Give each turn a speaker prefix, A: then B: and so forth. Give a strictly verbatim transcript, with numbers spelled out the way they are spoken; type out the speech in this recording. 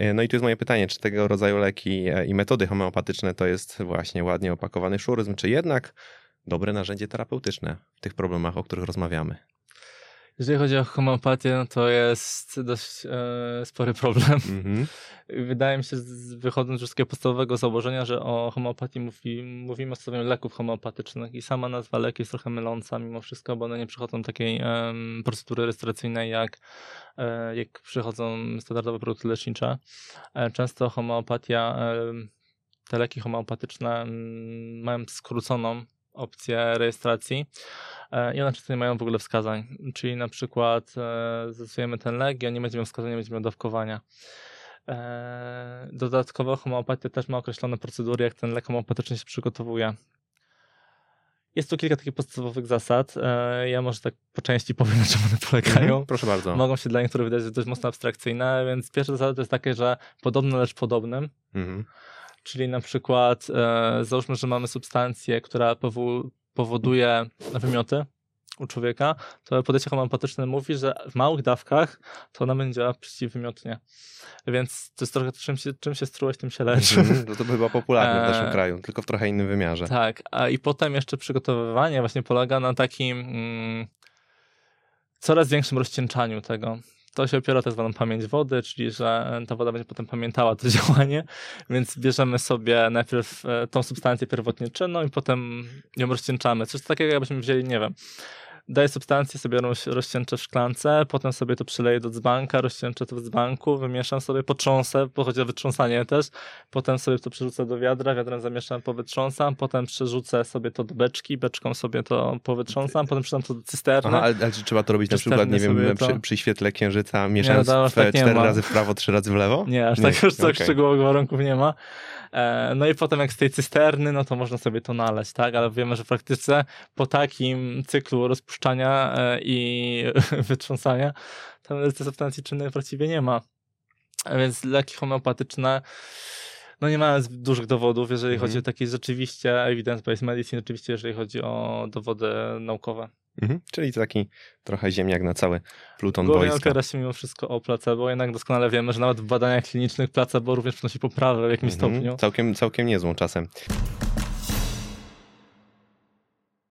A: No i tu jest moje pytanie, czy tego rodzaju leki i metody homeopatyczne to jest właśnie ładnie opakowany szuryzm, czy jednak dobre narzędzie terapeutyczne w tych problemach, o których rozmawiamy?
B: Jeżeli chodzi o homeopatię, no to jest dość e, spory problem. Mm-hmm. Wydaje mi się, wychodząc z takiego podstawowego założenia, że o homeopatii mówi, mówimy o stosunkach leków homeopatycznych i sama nazwa lek jest trochę myląca mimo wszystko, bo one nie przychodzą takiej e, procedury rejestracyjnej, jak, e, jak przychodzą standardowe produkty lecznicze. E, często homeopatia, e, te leki homeopatyczne m, mają skróconą opcję rejestracji i one często nie mają w ogóle wskazań, czyli na przykład e, zastosujemy ten lek i on nie będzie miał wskazań, nie będzie miał dawkowania. E, dodatkowo homeopatia też ma określone procedury, jak ten lek homeopatyczny się przygotowuje. Jest tu kilka takich podstawowych zasad. E, ja może tak po części powiem, na czym one polegają.
A: Mhm, proszę bardzo.
B: Mogą się dla niektórych wydać dość mocno abstrakcyjne, więc pierwsza zasada to jest takie, że podobne lecz podobnym. Mhm. Czyli na przykład e, załóżmy, że mamy substancję, która powo- powoduje wymioty u człowieka, to podejście homeopatyczne mówi, że w małych dawkach to ona będzie działała przeciwwymiotnie. Więc to jest trochę czym się, czym się strułeś, tym się leczy.
A: Mm, to, to by chyba popularne w naszym e, kraju, tylko w trochę innym wymiarze.
B: Tak, a i potem jeszcze przygotowywanie właśnie polega na takim mm, coraz większym rozcieńczaniu tego. To się opiera o tak zwaną pamięć wody, czyli że ta woda będzie potem pamiętała to działanie, więc bierzemy sobie najpierw tą substancję pierwotnie czynną i potem ją rozcieńczamy. Coś takiego, jakbyśmy wzięli, nie wiem, daję substancję, sobie rozcieńczę w szklance, potem sobie to przyleję do dzbanka, rozcieńczę to w dzbanku, wymieszam sobie, potrząsę, bo chodzi o wytrząsanie też, potem sobie to przerzucę do wiadra, wiadrem zamieszam, powytrząsam, potem przerzucę sobie to do beczki, beczką sobie to powytrząsam, potem przydam to do cysterny.
A: Aha, ale, ale czy trzeba to robić na przykład, nie wiem,
B: to...
A: przy, przy świetle księżyca, mieszając
B: nie, no,
A: cztery
B: tak
A: razy w prawo, trzy razy w lewo?
B: Nie, aż nie. tak już tak okay. szczegółowych warunków nie ma. No i potem jak z tej cysterny, no to można sobie to nalać, tak? Ale wiemy, że w praktyce po takim cyklu rozpuszczania i wytrząsania tam tej substancji czynnej właściwie nie ma. Więc leki homeopatyczne no nie mają dużych dowodów, jeżeli mhm. chodzi o takie rzeczywiście evidence-based medicine, oczywiście jeżeli chodzi o dowody naukowe.
A: Mhm. Czyli to taki trochę ziemniak na cały pluton
B: Głównie
A: boiska.
B: opiera się mimo wszystko o placebo, jednak doskonale wiemy, że nawet w badaniach klinicznych placebo również przynosi poprawę w jakimś mhm. stopniu.
A: Całkiem, całkiem niezłą czasem.